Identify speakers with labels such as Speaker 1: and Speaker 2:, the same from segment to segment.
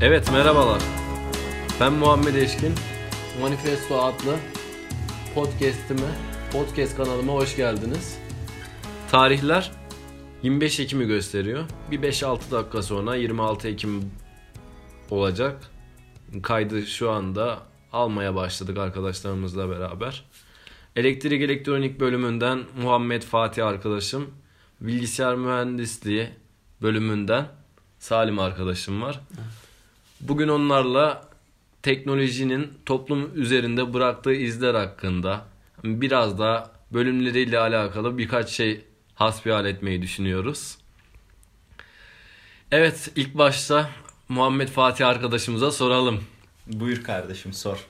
Speaker 1: Evet, merhabalar. Ben Muhammed Eşkin. Manifesto adlı podcast kanalıma hoş geldiniz. Tarihler 25 Ekim'i gösteriyor. Bir 5-6 dakika sonra 26 Ekim olacak. Kaydı şu anda almaya başladık arkadaşlarımızla beraber. Elektrik elektronik bölümünden Muhammed Fatih arkadaşım, bilgisayar mühendisliği bölümünden Salim arkadaşım var. Bugün onlarla teknolojinin toplum üzerinde bıraktığı izler hakkında biraz da bölümleriyle alakalı birkaç şey hasbihal etmeyi düşünüyoruz. Evet, ilk başta Muhammed Fatih arkadaşımıza soralım.
Speaker 2: Buyur kardeşim, sor.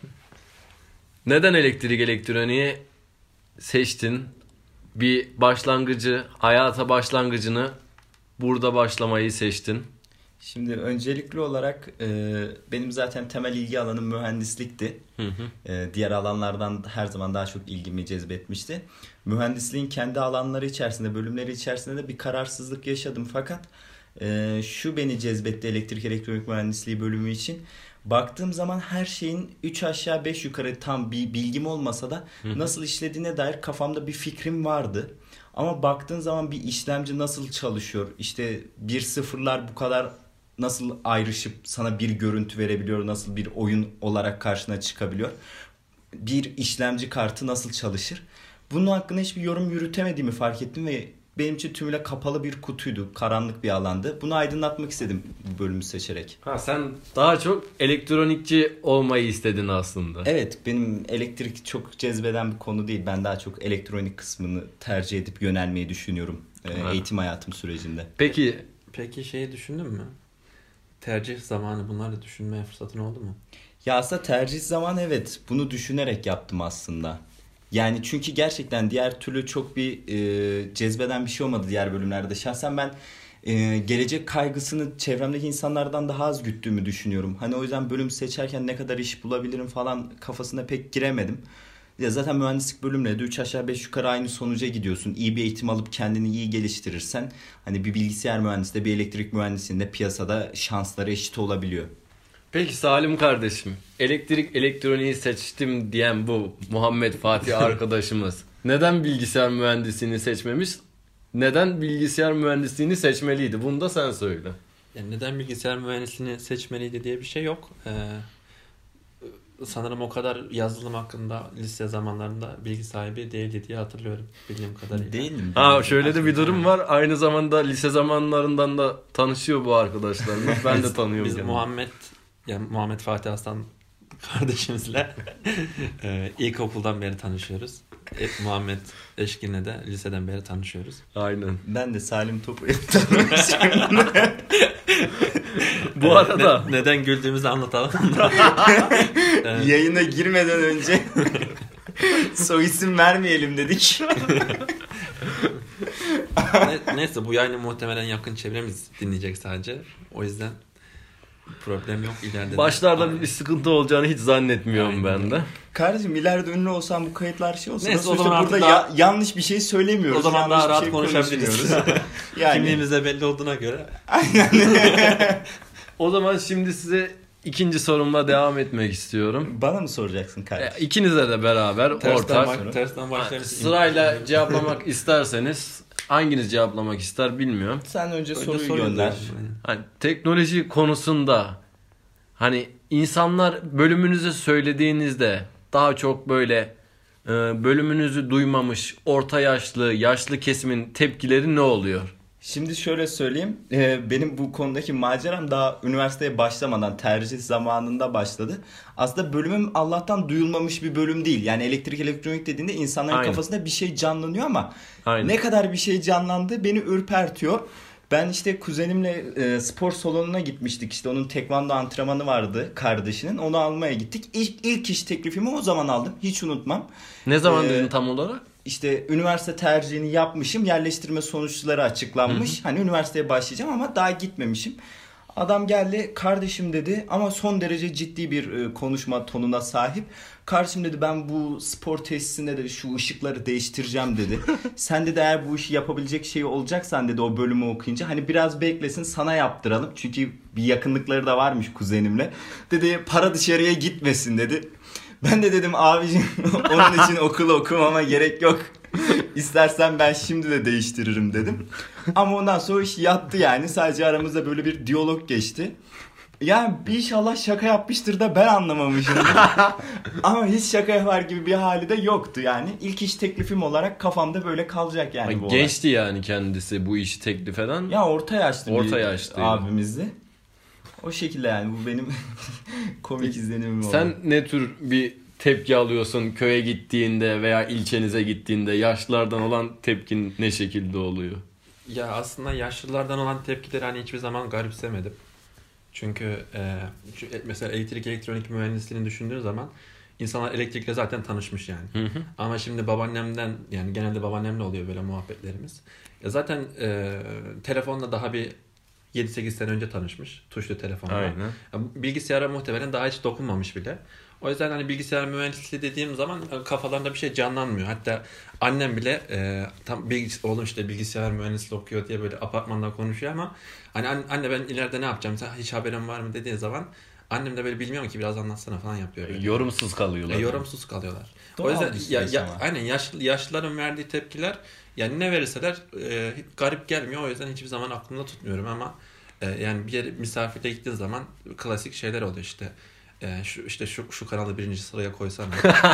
Speaker 1: Neden elektrik elektroniği seçtin? Bir hayata başlangıcını burada başlamayı seçtin.
Speaker 2: Şimdi öncelikli olarak benim zaten temel ilgi alanım mühendislikti. Diğer alanlardan her zaman daha çok ilgimi cezbetmişti. Mühendisliğin kendi alanları içerisinde, bölümleri içerisinde de bir kararsızlık yaşadım. Fakat şu beni cezbetti elektrik elektronik mühendisliği bölümü için. Baktığım zaman her şeyin 3 aşağı 5 yukarı tam bir bilgim olmasa da nasıl işlediğine dair kafamda bir fikrim vardı. Ama baktığın zaman bir işlemci nasıl çalışıyor? İşte bir sıfırlar bu kadar nasıl ayrışıp sana bir görüntü verebiliyor? Nasıl bir oyun olarak karşına çıkabiliyor? Bir işlemci kartı nasıl çalışır? Bunun hakkında hiçbir yorum yürütemediğimi fark ettim ve benim için tümüyle kapalı bir kutuydu. Karanlık bir alandı. Bunu aydınlatmak istedim bu bölümü seçerek.
Speaker 1: Sen daha çok elektronikçi olmayı istedin aslında.
Speaker 2: Evet, benim elektrik çok cezbeden bir konu değil. Ben daha çok elektronik kısmını tercih edip yönelmeyi düşünüyorum eğitim hayatım sürecinde.
Speaker 3: Peki şeyi düşündün mü? Tercih zamanı bunları düşünmeye fırsatın oldu mu?
Speaker 2: Ya aslında tercih zamanı evet. Bunu düşünerek yaptım aslında. Yani çünkü gerçekten diğer türlü çok bir cezbeden bir şey olmadı diğer bölümlerde. Şahsen ben gelecek kaygısını çevremdeki insanlardan daha az güttüğümü düşünüyorum. Hani o yüzden bölüm seçerken ne kadar iş bulabilirim falan kafasına pek giremedim. Ya zaten mühendislik bölümleri de 3 aşağı 5 yukarı aynı sonuca gidiyorsun. İyi bir eğitim alıp kendini iyi geliştirirsen hani bir bilgisayar mühendisliğinde bir elektrik mühendisliğinde piyasada şansları eşit olabiliyor.
Speaker 1: Peki Salim kardeşim, elektrik elektroniği seçtim diyen bu Muhammed Fatih arkadaşımız neden bilgisayar mühendisliğini seçmemiş? Neden bilgisayar mühendisliğini seçmeliydi? Bunu da sen söyle.
Speaker 3: Yani neden bilgisayar mühendisliğini seçmeliydi diye bir şey yok. Sanırım o kadar yazılım hakkında lise zamanlarında bilgi sahibi değildi diye hatırlıyorum bildiğim kadarıyla.
Speaker 2: Değil mi?
Speaker 1: Şöyle de bir durum var. Aynı zamanda lise zamanlarından da tanışıyor bu arkadaşlarımız. Ben de tanıyorum.
Speaker 3: Biz Muhammed Fatih Aslan kardeşimizle ilkokuldan beri tanışıyoruz. Muhammed Eşkin'le de liseden beri tanışıyoruz.
Speaker 1: Aynen.
Speaker 2: Ben de Salim Topu'yu tanımışım.
Speaker 1: Bu arada
Speaker 3: neden güldüğümüzü anlatalım.
Speaker 2: Yayına girmeden önce soy isim vermeyelim dedik.
Speaker 3: Neyse bu yayını muhtemelen yakın çevremiz dinleyecek sadece. O yüzden problem yok ileride.
Speaker 1: Başlarda bir sıkıntı olacağını hiç zannetmiyorum ben de.
Speaker 2: Kardeşim ileride ünlü olsam bu kayıtlar şey olsa
Speaker 3: neyse,
Speaker 2: o zaman burada yanlış bir şey söylemiyoruz.
Speaker 3: O zaman
Speaker 2: yanlış
Speaker 3: daha rahat
Speaker 2: şey
Speaker 3: konuşabiliriz.
Speaker 2: Yani.
Speaker 3: Kimliğimiz de belli olduğuna göre.
Speaker 1: O zaman şimdi size ikinci sorumla devam etmek istiyorum.
Speaker 2: Bana mı soracaksın kardeşim?
Speaker 1: İkinize de beraber
Speaker 3: Tersten başlayalım.
Speaker 1: Sırayla cevaplamak isterseniz hanginiz cevaplamak ister bilmiyorum.
Speaker 2: Sen önce soruyu gönder.
Speaker 1: Hani teknoloji konusunda hani insanlar bölümünüzü söylediğinizde daha çok böyle bölümünüzü duymamış orta yaşlı kesimin tepkileri ne oluyor?
Speaker 2: Şimdi şöyle söyleyeyim. Benim bu konudaki maceram daha üniversiteye başlamadan tercih zamanında başladı. Aslında bölümüm Allah'tan duyulmamış bir bölüm değil. Yani elektrik elektronik dediğinde insanların kafasında bir şey canlanıyor ama ne kadar bir şey canlandı beni ürpertiyor. Ben işte kuzenimle spor salonuna gitmiştik. İşte onun tekvando antrenmanı vardı kardeşinin. Onu almaya gittik. İlk iş teklifimi o zaman aldım. Hiç unutmam.
Speaker 1: Ne zaman dedin tam olarak?
Speaker 2: İşte üniversite tercihini yapmışım. Yerleştirme sonuçları açıklanmış. Hani üniversiteye başlayacağım ama daha gitmemişim. Adam geldi, kardeşim dedi, ama son derece ciddi bir konuşma tonuna sahip. Kardeşim dedi, ben bu spor tesisinde de şu ışıkları değiştireceğim dedi. Sen dedi eğer bu işi yapabilecek şey olacaksan dedi, o bölümü okuyunca hani biraz beklesin, sana yaptıralım. Çünkü bir yakınlıkları da varmış kuzenimle. Dedi para dışarıya gitmesin dedi. Ben de dedim abicim onun için okulu okumama gerek yok. İstersen ben şimdi de değiştiririm dedim. Ama ondan sonra iş yattı yani. Sadece aramızda böyle bir diyalog geçti. Yani bir inşallah şaka yapmıştır da ben anlamamışımdır. Ama hiç şaka yapar gibi bir hali de yoktu yani. İlk iş teklifim olarak kafamda böyle kalacak yani bu olay.
Speaker 1: Gençti yani kendisi bu işi teklif eden.
Speaker 2: Ya orta yaşlı
Speaker 1: Orta
Speaker 2: bir
Speaker 1: yaşlıydı.
Speaker 2: abimizdi. O şekilde yani, bu benim komik izlenimim oldu.
Speaker 1: Sen ne tür bir tepki alıyorsun köye gittiğinde veya ilçenize gittiğinde? Yaşlılardan olan tepkin ne şekilde oluyor?
Speaker 3: Ya aslında yaşlılardan olan tepkileri hani hiçbir zaman garipsemedim. Çünkü mesela elektrik elektronik mühendisliğini düşündüğün zaman insanlar elektrikle zaten tanışmış yani.
Speaker 1: Hı hı.
Speaker 3: Ama şimdi babaannemden, yani genelde babaannemle oluyor böyle muhabbetlerimiz. Ya zaten telefonla daha bir 7-8 sene önce tanışmış. Tuşlu telefonla.
Speaker 1: Aynen.
Speaker 3: Ya bilgisayara muhtemelen daha hiç dokunmamış bile. O yüzden hani bilgisayar mühendisliği dediğim zaman kafalarında bir şey canlanmıyor. Hatta annem bile tam oğlum işte bilgisayar mühendisliği okuyor diye böyle apartmanda konuşuyor ama hani anne ben ileride ne yapacağım, sen hiç haberin var mı dediği zaman annem de böyle bilmiyorum ki biraz anlatsana falan yapıyor. Böyle.
Speaker 1: Yorumsuz kalıyorlar.
Speaker 3: Yorumsuz kalıyorlar.
Speaker 2: Doğal
Speaker 3: o yüzden
Speaker 2: bir süreç ama.
Speaker 3: aynen yaşlıların verdiği tepkiler yani ne verirseler garip gelmiyor. O yüzden hiçbir zaman aklımda tutmuyorum ama yani bir yere misafirle gittiğin zaman klasik şeyler oluyor işte. Şu kanalı birinci sıraya koysana.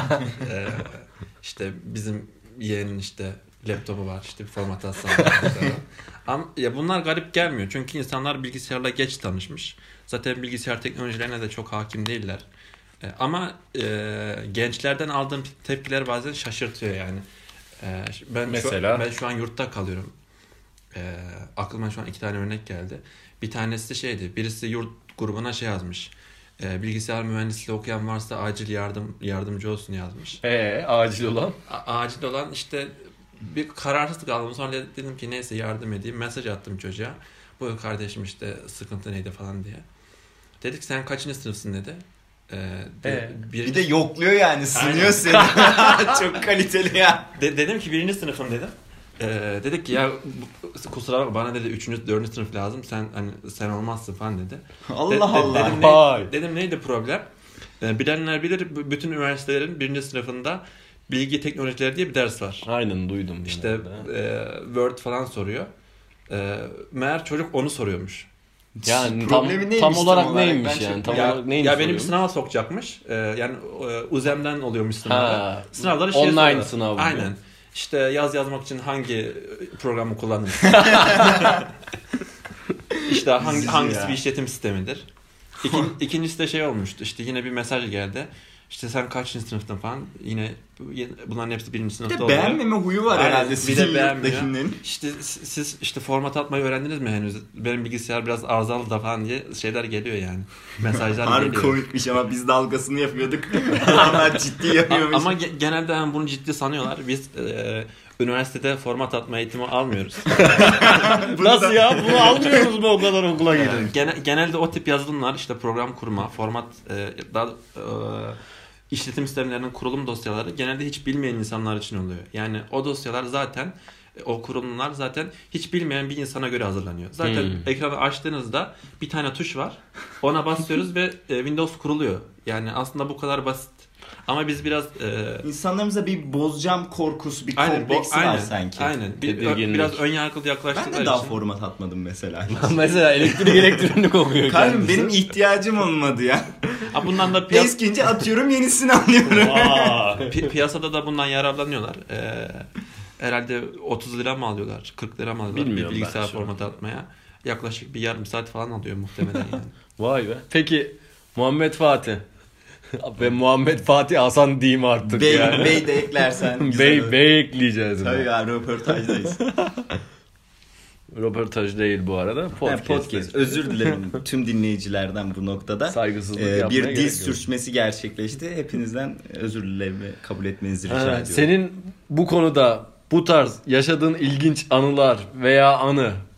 Speaker 3: İşte bizim yeğenin işte laptopu var, işte bir formatasyon var. Ama ya bunlar garip gelmiyor. Çünkü insanlar bilgisayarla geç tanışmış. Zaten bilgisayar teknolojilerine de çok hakim değiller. Ama gençlerden aldığım tepkiler bazen şaşırtıyor yani. Ben şu an yurtta kalıyorum. Aklıma şu an 2 tane örnek geldi. Bir tanesi şeydi. Birisi yurt grubuna şey yazmış. Bilgisayar mühendisliği okuyan varsa acil yardımcı olsun yazmış.
Speaker 1: Acil olan?
Speaker 3: Acil olan işte bir kararsız kaldım. Sonra dedim ki neyse yardım edeyim. Mesaj attım çocuğa. Bu kardeşim işte sıkıntı neydi falan diye. Dedik sen kaçıncı sınıfsın dedi.
Speaker 2: Bir de yokluyor yani, sınıyor seni. Çok kaliteli ya.
Speaker 3: Dedim ki 1. sınıfım dedim. Dedik ki ya kusura bakma bana dedi 3. 4. sınıf lazım, sen olmazsın falan dedi.
Speaker 2: Allah Allah.
Speaker 3: Dedim neydi problem? Bilenler bilir, bütün üniversitelerin 1. sınıfında bilgi teknolojileri diye bir ders var.
Speaker 1: Aynen duydum.
Speaker 3: İşte Word falan soruyor. Meğer çocuk onu soruyormuş.
Speaker 1: Yani
Speaker 2: Problemi
Speaker 1: tam
Speaker 2: neymiş
Speaker 1: olarak
Speaker 2: tam olarak?
Speaker 1: neymiş
Speaker 2: Ben
Speaker 1: yani?
Speaker 2: çok-
Speaker 1: Tam
Speaker 3: Ya,
Speaker 1: olarak neymiş?
Speaker 3: ya benim
Speaker 1: soruyorum?
Speaker 3: sınava sokacakmış. Yani Uzem'den oluyormuş sınavlar.
Speaker 1: Ha,
Speaker 3: Sınavları
Speaker 1: online
Speaker 3: soruyorlar.
Speaker 1: sınav bu.
Speaker 3: Aynen. İşte yazmak için hangi programı kullanırız? İşte hangisi bir işletim sistemidir? İkincisi de şey olmuştu. İşte yine bir mesaj geldi. İşte sen kaçıncı sınıftın falan. Yine bunların hepsi 1.
Speaker 2: Bir
Speaker 3: sınıfta
Speaker 2: de
Speaker 3: oluyor.
Speaker 2: beğenmeme huyu var
Speaker 3: Aynen,
Speaker 2: herhalde
Speaker 3: bir
Speaker 2: sizin
Speaker 3: de beğenmiyor.
Speaker 2: yurttakilerin.
Speaker 3: İşte siz işte format atmayı öğrendiniz mi henüz? Benim bilgisayar biraz arızalı da falan diye şeyler geliyor yani. Mesajlar
Speaker 2: Harbi
Speaker 3: geliyor.
Speaker 2: komikmiş ama biz dalgasını yapıyorduk. Adamlar ciddi yapıyormuş.
Speaker 3: Ama genelde yani bunu ciddi sanıyorlar. Biz üniversitede format atma eğitimi almıyoruz.
Speaker 1: Nasıl ya? Bunu almıyoruz mu o kadar okula gidelim?
Speaker 3: Genelde o tip yazılımlar işte program kurma, format işletim sistemlerinin kurulum dosyaları genelde hiç bilmeyen insanlar için oluyor. Yani o dosyalar zaten o kurulumlar zaten hiç bilmeyen bir insana göre hazırlanıyor. Zaten ekranı açtığınızda bir tane tuş var. Ona basıyoruz ve Windows kuruluyor. Yani aslında bu kadar basit. Ama biz biraz
Speaker 2: İnsanlarımıza bir bozacağım korkusu, bir kompleksi var sanki.
Speaker 3: Aynen.
Speaker 1: Tedirginlik.
Speaker 3: Biraz ön yargılı yaklaştıkları
Speaker 2: Ben de daha
Speaker 3: için.
Speaker 2: format atmadım mesela.
Speaker 1: Mesela elektronik okuyor
Speaker 2: Kardeşim
Speaker 1: kendisi.
Speaker 2: benim ihtiyacım olmadı ya.
Speaker 3: Bundan da
Speaker 2: Eskince atıyorum, yenisini alıyorum.
Speaker 3: piyasada da bundan yararlanıyorlar. Herhalde 30 lira mı alıyorlar? 40 lira mı alıyorlar?
Speaker 1: Bilmiyorum
Speaker 3: bir bilgisayar
Speaker 1: ben şu an.
Speaker 3: formatı atmaya. Yaklaşık bir yarım saat falan alıyor muhtemelen yani.
Speaker 1: Vay be. Peki Muhammed Fatih. Muhammed Fatih Hasan diyeyim artık yani.
Speaker 2: Bey de eklersen. güzel olur.
Speaker 1: Bey ekleyeceğiz.
Speaker 2: Tabii ya, röportajdayız.
Speaker 1: Röportaj değil bu arada.
Speaker 2: Podcast. Özür dilerim tüm dinleyicilerden bu noktada.
Speaker 1: Saygısızlık yapmaya
Speaker 2: bir
Speaker 1: gerek
Speaker 2: dil
Speaker 1: yok.
Speaker 2: sürçmesi gerçekleşti. Hepinizden özür dilerim, kabul etmenizi rica ediyorum.
Speaker 1: Senin bu konuda bu tarz yaşadığın ilginç anılar veya anı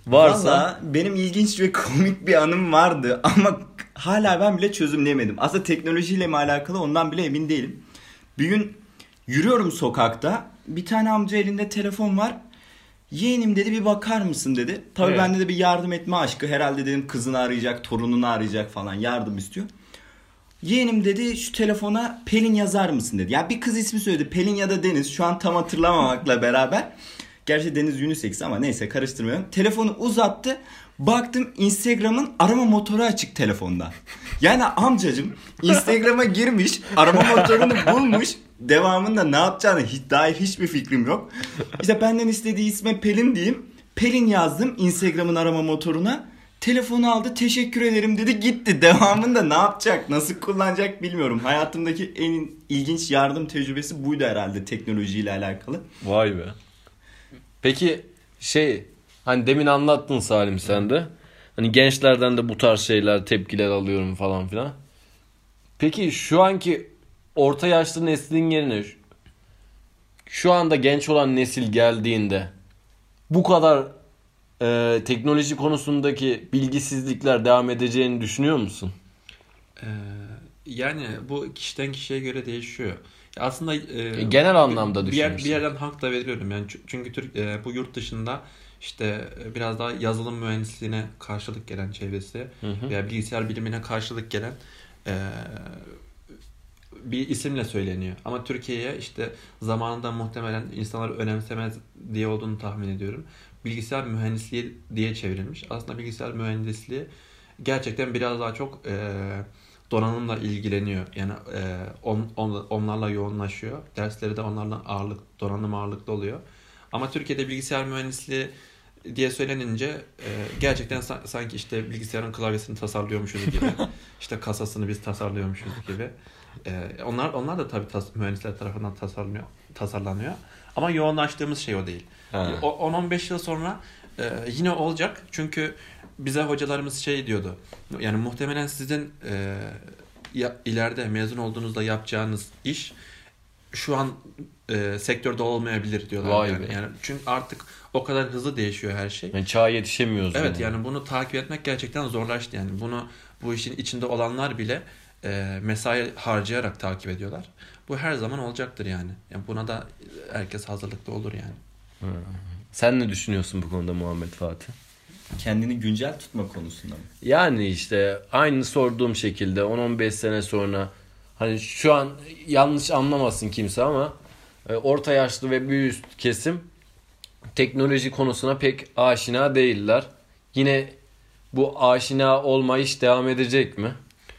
Speaker 1: Varsa
Speaker 2: Valla benim ilginç ve komik bir anım vardı ama hala ben bile çözümleyemedim. Aslında teknolojiyle mi alakalı ondan bile emin değilim. Bir gün yürüyorum sokakta. Bir tane amca elinde telefon var. Yeğenim dedi, bir bakar mısın dedi. Tabii
Speaker 1: Evet.
Speaker 2: bende de bir yardım etme aşkı. Herhalde dedim kızını arayacak, torununu arayacak falan, yardım istiyor. Yeğenim dedi, şu telefona Pelin yazar mısın dedi. Ya bir kız ismi söyledi, Pelin ya da Deniz, şu an tam hatırlamamakla beraber. Gerçi Deniz unisex ama neyse, karıştırmıyorum. Telefonu uzattı. Baktım Instagram'ın arama motoru açık telefonda. Yani amcacım Instagram'a girmiş, arama motorunu bulmuş. Devamında ne yapacağını dair hiçbir fikrim yok. İşte benden istediği isme Pelin diyeyim. Pelin yazdım Instagram'ın arama motoruna. Telefonu aldı, teşekkür ederim dedi, gitti. Devamında ne yapacak, nasıl kullanacak bilmiyorum. Hayatımdaki en ilginç yardım tecrübesi buydu herhalde teknolojiyle alakalı.
Speaker 1: vay be. Peki hani demin anlattın Salim sen de. Hani gençlerden de bu tarz şeyler, tepkiler alıyorum falan filan. Peki şu anki orta yaşlı neslin yerine şu anda genç olan nesil geldiğinde bu kadar teknoloji konusundaki bilgisizlikler devam edeceğini düşünüyor musun?
Speaker 3: Yani bu kişiden kişiye göre değişiyor. Ya aslında
Speaker 1: Genel anlamda
Speaker 3: bir
Speaker 1: düşünürsün.
Speaker 3: yerden hak da veriyorum. Yani çünkü bu yurt dışında işte biraz daha yazılım mühendisliğine karşılık gelen çevresi veya bilgisayar bilimine karşılık gelen bir isimle söyleniyor. Ama Türkiye'ye işte zamanında muhtemelen insanlar önemsemez diye olduğunu tahmin ediyorum. Bilgisayar mühendisliği diye çevrilmiş. Aslında bilgisayar mühendisliği gerçekten biraz daha çok donanımla ilgileniyor. Yani onlarla yoğunlaşıyor. Dersleri de onlarla donanım ağırlıklı oluyor. Ama Türkiye'de bilgisayar mühendisliği diye söylenince gerçekten sanki işte bilgisayarın klavyesini tasarlıyormuşuz gibi, işte kasasını biz tasarlıyormuşuz gibi. Onlar da tabii mühendisler tarafından tasarlanıyor. Ama yoğunlaştığımız şey o değil. 10-15 yıl sonra yine olacak. Çünkü bize hocalarımız şey diyordu. Yani muhtemelen sizin ileride mezun olduğunuzda yapacağınız iş şu an sektörde olmayabilir diyorlar.
Speaker 1: Vay
Speaker 3: yani.
Speaker 1: be.
Speaker 3: Yani çünkü artık o kadar hızlı değişiyor her şey.
Speaker 1: Yani çağa yetişemiyoruz.
Speaker 3: Evet, yani bunu takip etmek gerçekten zorlaştı. Yani bu işin içinde olanlar bile mesai harcayarak takip ediyorlar. Bu her zaman olacaktır yani. Yani buna da herkes hazırlıklı olur yani.
Speaker 1: Sen ne düşünüyorsun bu konuda Muhammed Fatih?
Speaker 2: Kendini güncel tutma konusunda mı?
Speaker 1: Yani işte aynı sorduğum şekilde 10-15 sene sonra, hani şu an yanlış anlamasın kimse ama orta yaşlı ve bir üst kesim teknoloji konusuna pek aşina değiller. Yine bu aşina olmayış devam edecek mi?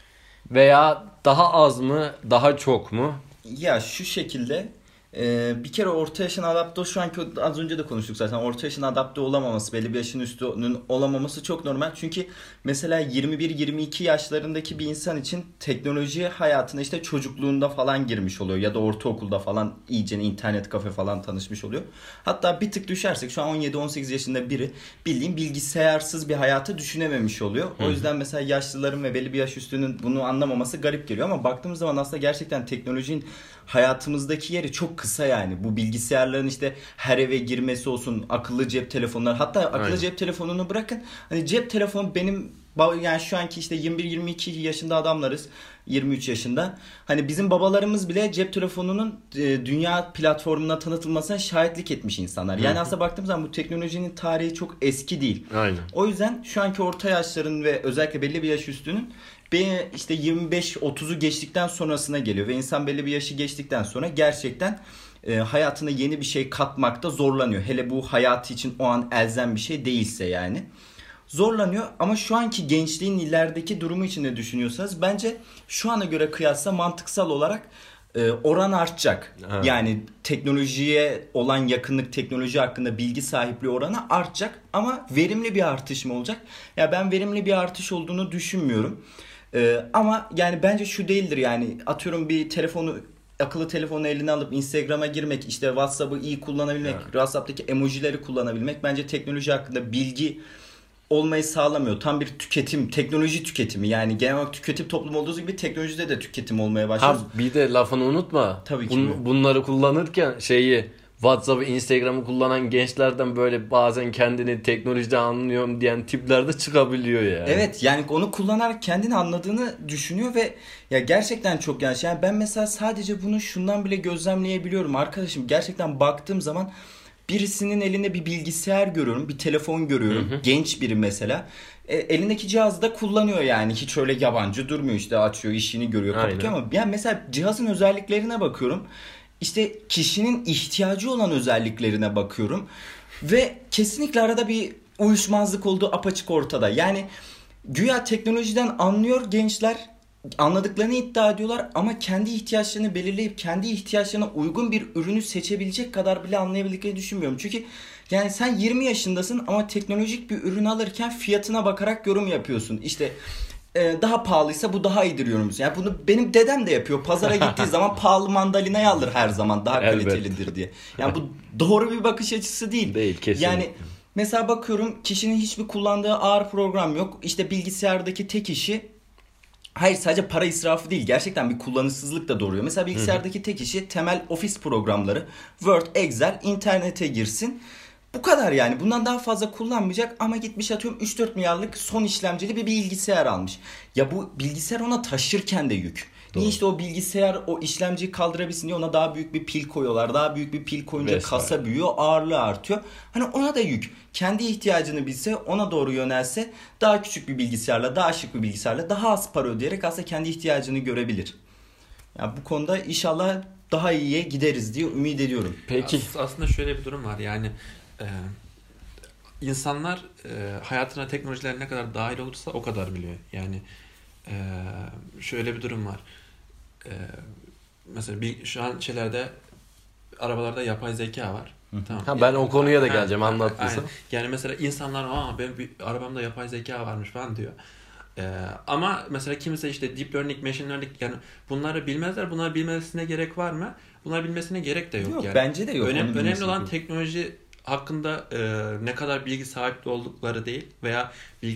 Speaker 1: Veya daha az mı, daha çok mu?
Speaker 2: Ya şu şekilde bir kere orta yaşın adapte, şu anki az önce de konuştuk zaten, orta yaşın adapte olamaması, belli bir yaşın üstünün olamaması çok normal. Çünkü mesela 21-22 yaşlarındaki bir insan için teknoloji hayatına işte çocukluğunda falan girmiş oluyor ya da ortaokulda falan iyice internet kafe falan tanışmış oluyor. Hatta bir tık düşersek şu an 17-18 yaşında biri bildiğin bilgisayarsız bir hayatı düşünememiş oluyor. O yüzden mesela yaşlıların ve belli bir yaş üstünün bunu anlamaması garip geliyor ama baktığımız zaman aslında gerçekten teknolojinin hayatımızdaki yeri çok kısa yani. Bu bilgisayarların işte her eve girmesi olsun, akıllı cep telefonları, hatta akıllı
Speaker 1: Aynen.
Speaker 2: cep telefonunu bırakın. Hani cep telefonu benim, yani şu anki işte 21-22 yaşında adamlarız. 23 yaşında. Hani bizim babalarımız bile cep telefonunun dünya platformuna tanıtılmasına şahitlik etmiş insanlar. Yani aslında baktığımız zaman bu teknolojinin tarihi çok eski değil.
Speaker 1: Aynen.
Speaker 2: O yüzden şu anki orta yaşların ve özellikle belli bir yaş üstünün işte 25-30'u geçtikten sonrasına geliyor ve insan belli bir yaşı geçtikten sonra gerçekten hayatına yeni bir şey katmakta zorlanıyor. Hele bu hayatı için o an elzem bir şey değilse yani. Zorlanıyor ama şu anki gençliğin ilerideki durumu için ne düşünüyorsanız bence şu ana göre kıyasla mantıksal olarak oran artacak.
Speaker 1: Evet.
Speaker 2: Yani teknolojiye olan yakınlık, teknoloji hakkında bilgi sahipliği oranı artacak ama verimli bir artış mı olacak? Ya ben verimli bir artış olduğunu düşünmüyorum. Ama yani bence şu değildir, yani atıyorum bir akıllı telefonu eline alıp Instagram'a girmek, işte WhatsApp'ı iyi kullanabilmek,
Speaker 1: Evet.
Speaker 2: WhatsApp'taki emojileri kullanabilmek bence teknoloji hakkında bilgi olmayı sağlamıyor. Tam bir teknoloji tüketimi. Yani genel olarak tüketim toplumu olduğu gibi teknolojide de tüketim olmaya başlıyor.
Speaker 1: Bir de lafını unutma.
Speaker 2: Tabii ki.
Speaker 1: Bunları kullanırken WhatsApp'ı, Instagram'ı kullanan gençlerden böyle bazen kendini teknolojide anlıyorum diyen tipler de çıkabiliyor yani.
Speaker 2: Evet, yani onu kullanarak kendini anladığını düşünüyor ve ya gerçekten çok yanlış. Yani ben mesela sadece bunu şundan bile gözlemleyebiliyorum arkadaşım. Gerçekten baktığım zaman birisinin elinde bir bilgisayar görüyorum, bir telefon görüyorum. Genç biri mesela. Elindeki cihazı da kullanıyor yani. Hiç öyle yabancı durmuyor, işte açıyor, işini görüyor, kapatıyor. Ama yani mesela cihazın özelliklerine bakıyorum. İşte kişinin ihtiyacı olan özelliklerine bakıyorum. Ve kesinlikle arada bir uyuşmazlık olduğu apaçık ortada. Yani güya teknolojiden anlıyor gençler, anladıklarını iddia ediyorlar ama kendi ihtiyaçlarını belirleyip kendi ihtiyaçlarına uygun bir ürünü seçebilecek kadar bile anlayabildiklerini düşünmüyorum. Çünkü yani sen 20 yaşındasın ama teknolojik bir ürün alırken fiyatına bakarak yorum yapıyorsun. İşte daha pahalıysa bu daha iyidir yorumuyorsun. Yani bunu benim dedem de yapıyor. Pazara gittiği zaman pahalı mandalinayı alır her zaman, daha kalitelidir diye. Yani bu doğru bir bakış açısı değil.
Speaker 1: Değil kesinlikle.
Speaker 2: Yani mesela bakıyorum, kişinin hiçbir kullandığı ağır program yok. İşte bilgisayardaki tek işi, hayır sadece para israfı değil, gerçekten bir kullanışsızlık da doğuruyor. Mesela bilgisayardaki tek işi temel ofis programları, Word, Excel, internete girsin. Bu kadar yani. Bundan daha fazla kullanmayacak ama gitmiş atıyorum 3-4 milyarlık son işlemcili bir bilgisayar almış. Ya bu bilgisayar ona taşırken de yük. Niye işte o bilgisayar o işlemciyi kaldırabilsin diye ona daha büyük bir pil koyuyorlar. Daha büyük bir pil koyunca kasa büyüyor, ağırlığı artıyor. Hani ona da yük. Kendi ihtiyacını bilse, ona doğru yönelse, daha küçük bir bilgisayarla, daha şık bir bilgisayarla, daha az para ödeyerek aslında kendi ihtiyacını görebilir. Yani bu konuda inşallah daha iyiye gideriz diye ümit ediyorum.
Speaker 1: Peki.
Speaker 3: Aslında şöyle bir durum var yani insanlar hayatına teknolojiler ne kadar dahil olursa o kadar biliyor. Yani şöyle bir durum var. Mesela şu an arabalarda yapay zeka var. Tamam.
Speaker 1: Ha, ben o konuya da geleceğim, anlattıysan.
Speaker 3: Yani mesela insanlar benim arabamda yapay zeka varmış falan diyor. Ama mesela kimse işte deep learning, machine learning, yani bunları bilmezler. Bunları bilmesine gerek var mı? Bunları bilmesine gerek de yok.
Speaker 2: Yok
Speaker 3: yani.
Speaker 2: bence de yok.
Speaker 3: Önemli olan teknoloji hakkında ne kadar bilgi sahibi oldukları değil veya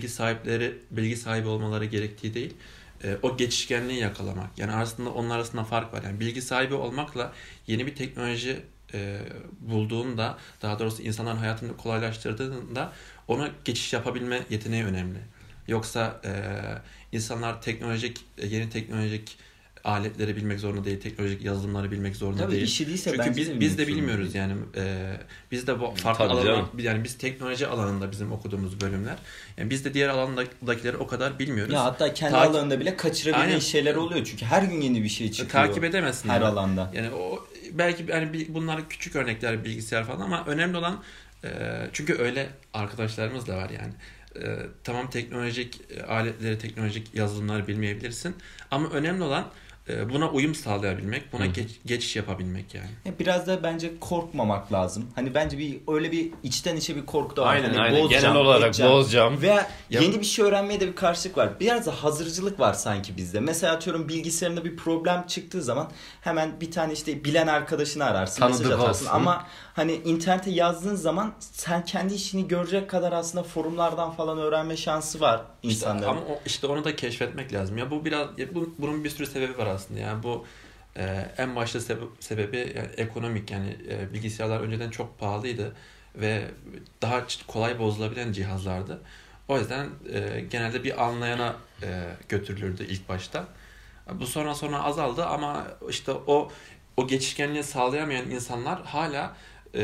Speaker 3: bilgi sahibi olmaları gerektiği değil. O geçişkenliği yakalamak. Yani aslında onun arasında fark var. Yani bilgi sahibi olmakla yeni bir teknoloji bulduğunda, daha doğrusu insanların hayatını kolaylaştırdığında ona geçiş yapabilme yeteneği önemli. Yoksa insanlar yeni teknolojik aletleri bilmek zorunda değil, teknolojik yazılımları bilmek zorunda
Speaker 2: Tabii
Speaker 3: değil.
Speaker 2: işi değilse
Speaker 3: çünkü biz de bilmiyoruz yani. Biz de bu farklı alanlar, yani biz teknoloji alanında bizim okuduğumuz bölümler. Yani biz de diğer alandakileri o kadar bilmiyoruz.
Speaker 2: Ya hatta kendi alanında bile kaçırabildiğin şeyler oluyor çünkü her gün yeni bir şey çıkıyor.
Speaker 3: Takip edemezsin
Speaker 2: her alanda.
Speaker 3: Yani o belki yani bunlar küçük örnekler, bilgisayar falan, ama önemli olan çünkü öyle arkadaşlarımız da var yani. Tamam, teknolojik aletleri, teknolojik yazılımları bilmeyebilirsin ama önemli olan buna uyum sağlayabilmek, buna geçiş yapabilmek yani.
Speaker 2: Biraz da bence korkmamak lazım. Hani bence öyle bir içten içe bir korku da var.
Speaker 1: Aynen,
Speaker 2: hani
Speaker 1: aynen. Genel olarak bozacağım.
Speaker 2: Veya yeni bir şey öğrenmeye de bir karşılık var. Biraz da hazırcılık var sanki bizde. Mesela atıyorum bilgisayarında bir problem çıktığı zaman hemen bir tane işte bilen arkadaşını ararsın, mesaj atarsın. Ama hani internete yazdığın zaman sen kendi işini görecek kadar aslında forumlardan falan öğrenme şansı var insanların.
Speaker 3: Ama işte onu da keşfetmek lazım. Ya bu bunun bir sürü sebebi var aslında. Yani bu en başta sebebi yani ekonomik, yani bilgisayarlar önceden çok pahalıydı ve daha kolay bozulabilen cihazlardı. O yüzden genelde bir anlayana götürülürdü ilk başta. Bu sonra azaldı ama işte o geçişkenliği sağlayamayan insanlar hala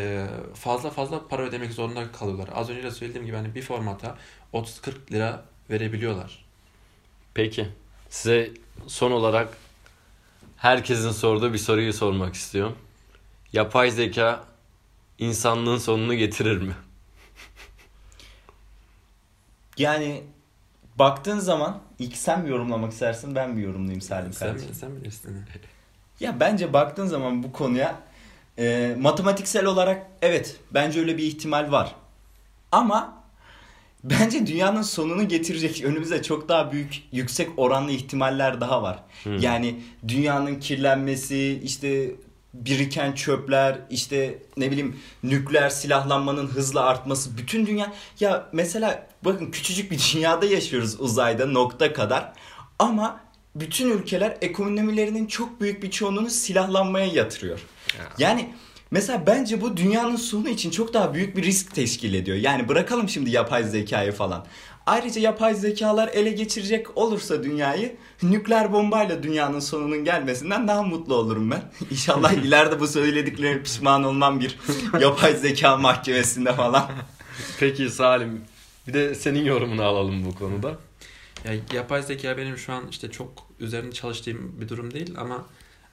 Speaker 3: fazla para ödemek zorunda kalıyorlar. Az önce de söylediğim gibi hani bir formata 30-40 lira verebiliyorlar.
Speaker 1: Peki. Size son olarak herkesin sorduğu bir soruyu sormak istiyorum. Yapay zeka insanlığın sonunu getirir mi?
Speaker 2: Yani baktığın zaman ilk sen mi yorumlamak istersin, ben mi yorumlayayım Salim kardeşim?
Speaker 3: Sen bilirsin.
Speaker 2: Ya bence baktığın zaman bu konuya matematiksel olarak evet, bence öyle bir ihtimal var. Ama bence dünyanın sonunu getirecek önümüzde çok daha büyük, yüksek oranlı ihtimaller daha var. Yani dünyanın kirlenmesi, işte biriken çöpler, işte ne bileyim nükleer silahlanmanın hızla artması, bütün dünya. Ya mesela bakın, küçücük bir dünyada yaşıyoruz, uzayda nokta kadar, ama bütün ülkeler ekonomilerinin çok büyük bir çoğunluğunu silahlanmaya yatırıyor. Yani Mesela bence bu dünyanın sonu için çok daha büyük bir risk teşkil ediyor. Yani bırakalım şimdi yapay zekayı falan. Ayrıca yapay zekalar ele geçirecek olursa dünyayı, nükleer bombayla dünyanın sonunun gelmesinden daha mutlu olurum ben. İnşallah ileride bu söylediklerime pişman olmam bir yapay zeka mahkemesinde falan.
Speaker 1: Peki Salim, bir de senin yorumunu alalım bu konuda.
Speaker 3: Ya, yapay zeka benim şu an işte çok üzerinde çalıştığım bir durum değil ama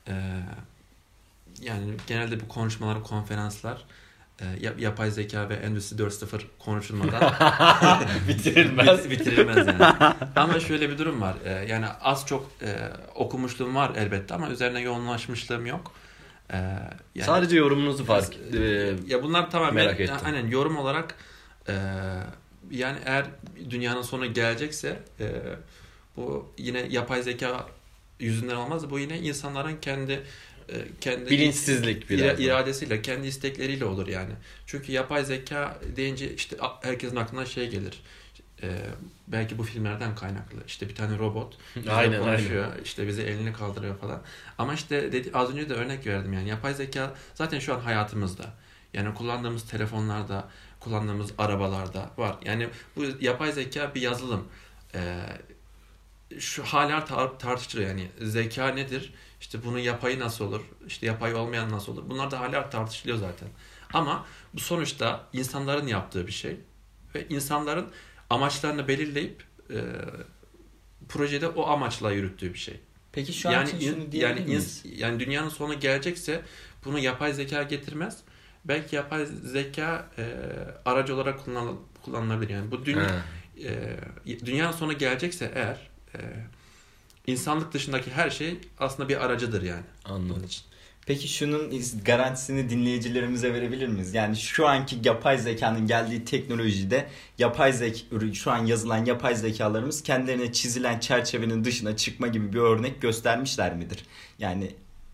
Speaker 3: yani genelde bu konuşmalar, konferanslar yapay zeka ve Endüstri 4.0 konuşulmadan bitirilmez yani. Ama şöyle bir durum var. Yani az çok okumuşluğum var elbette ama üzerine yoğunlaşmışlığım yok.
Speaker 1: Yani, sadece yorumunuzu
Speaker 3: ya bunlar tamamen
Speaker 1: merak ettim.
Speaker 3: Aynen yorum olarak yani eğer dünyanın sonu gelecekse bu yine yapay zeka yüzünden olmaz. Bu yine insanların kendi
Speaker 1: bilinçsizlik biraz
Speaker 3: iradesiyle, kendi istekleriyle olur yani. Çünkü yapay zeka deyince işte herkesin aklına şey gelir. Belki bu filmlerden kaynaklı. İşte bir tane robot
Speaker 1: aynen,
Speaker 3: konuşuyor. İşte bize elini kaldırıyor falan. Ama işte az önce de örnek verdim yani. Yapay zeka zaten şu an hayatımızda. Yani kullandığımız telefonlarda, kullandığımız arabalarda var. Yani bu yapay zeka bir yazılım. Şu hala tartışılıyor yani. Zeka nedir? İşte bunun yapayı nasıl olur? İşte yapay olmayan nasıl olur? Bunlar da hala tartışılıyor zaten. Ama bu sonuçta insanların yaptığı bir şey. Ve insanların amaçlarını belirleyip projede o amaçla yürüttüğü bir şey.
Speaker 2: Peki şu an için şunu diyebilir miyiz?
Speaker 3: Yani dünyanın sonu gelecekse bunu yapay zeka getirmez. Belki yapay zeka aracı olarak kullanılabilir. Yani bu dünyanın sonu gelecekse eğer insanlık dışındaki her şey aslında bir aracıdır yani.
Speaker 1: Anladım.
Speaker 2: Peki şunun garantisini dinleyicilerimize verebilir miyiz? Yani şu anki yapay zekanın geldiği teknolojide şu an yazılan yapay zekalarımız kendilerine çizilen çerçevenin dışına çıkma gibi bir örnek göstermişler midir? Yani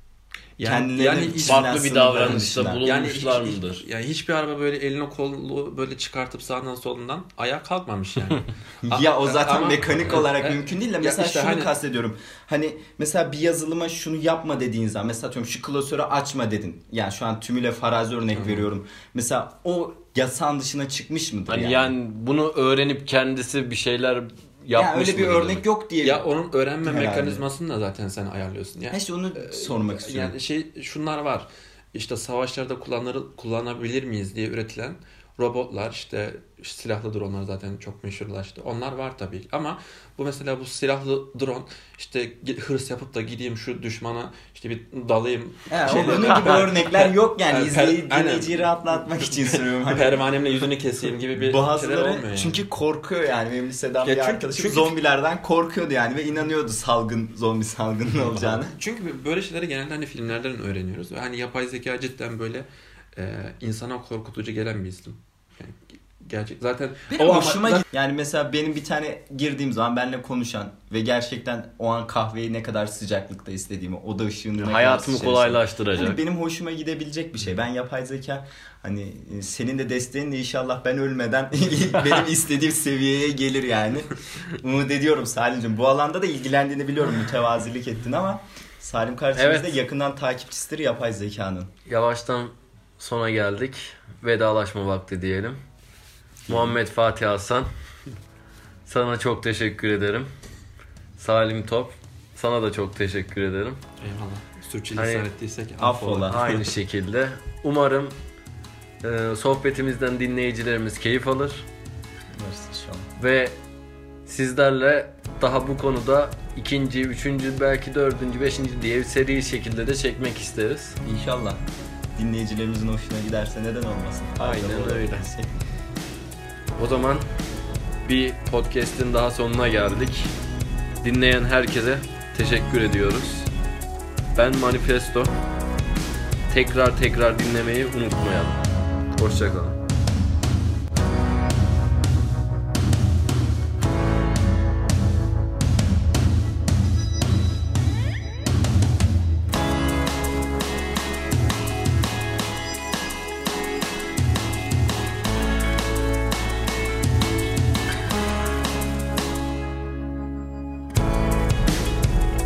Speaker 1: farklı bir davranışta bulunmuşlar mıdır?
Speaker 3: Yani hiçbir araba böyle elini kolunu böyle çıkartıp sağdan solundan ayağa kalkmamış yani.
Speaker 2: Ya o zaten mekanik olarak mümkün değil de mesela
Speaker 3: işte
Speaker 2: şunu kastediyorum. Hani mesela bir yazılıma şunu yapma dediğin zaman mesela atıyorum şu klasörü açma dedin. Yani şu an tümüyle farazi örnek veriyorum. Mesela o yasağın dışına çıkmış mıdır
Speaker 1: hani yani bunu öğrenip kendisi bir şeyler yapmış
Speaker 2: öyle bir örnek demek yok diye.
Speaker 3: Ya onun öğrenme mekanizmasını da zaten sen ayarlıyorsun. Yani,
Speaker 2: işte onu sormak istiyorum.
Speaker 3: Yani şunlar var. İşte savaşlarda kullanabilir miyiz diye üretilen robotlar, işte silahlı dronlar zaten çok meşhurlaştı. Onlar var tabii. Ama bu mesela bu silahlı drone işte hırs yapıp da gideyim şu düşmana işte bir dalayım.
Speaker 2: Bunun gibi örnekler yok yani. Dinleyiciyi rahatlatmak için söylüyorum. Hani
Speaker 3: pervanemle yüzünü keseyim gibi bir şeyler olmuyor yani.
Speaker 2: Çünkü korkuyor yani. Benim liseden bir arkadaşım zombilerden korkuyordu yani ve inanıyordu zombi salgının olacağını.
Speaker 3: Çünkü böyle şeyleri genelde hani filmlerden öğreniyoruz. Ve hani yapay zeka cidden böyle insana korkutucu gelen bir isim. Yani gerçek zaten
Speaker 2: benim hoşuma yani mesela benim bir tane girdiğim zaman benimle konuşan ve gerçekten o an kahveyi ne kadar sıcaklıkta istediğimi, oda ışığını
Speaker 1: hayatımı kolaylaştıracak.
Speaker 2: Hani benim hoşuma gidebilecek bir şey. Ben yapay zeka hani senin de desteğinle inşallah ben ölmeden benim istediğim seviyeye gelir yani. Umut ediyorum Salim'cim. Bu alanda da ilgilendiğini biliyorum. Mütevazilik ettin ama Salim kardeşimiz de yakından takipçisidir yapay zekanın.
Speaker 1: Yavaştan sona geldik. Vedalaşma vakti diyelim. Muhammed Fatih Hasan, sana çok teşekkür ederim. Salim Top, sana da çok teşekkür ederim.
Speaker 3: Eyvallah. Sürçülisan ettiysek
Speaker 2: affola.
Speaker 1: Aynı şekilde. Umarım sohbetimizden dinleyicilerimiz keyif alır. Ve sizlerle daha bu konuda 2., 3., belki 4., 5. diye seri şekilde de çekmek isteriz.
Speaker 2: İnşallah. Dinleyicilerimizin hoşuna giderse neden olmasın?
Speaker 1: Aynen öyle. O zaman bir podcast'in daha sonuna geldik. Dinleyen herkese teşekkür ediyoruz. Ben Manifesto. Tekrar dinlemeyi unutmayalım. Hoşça kalın.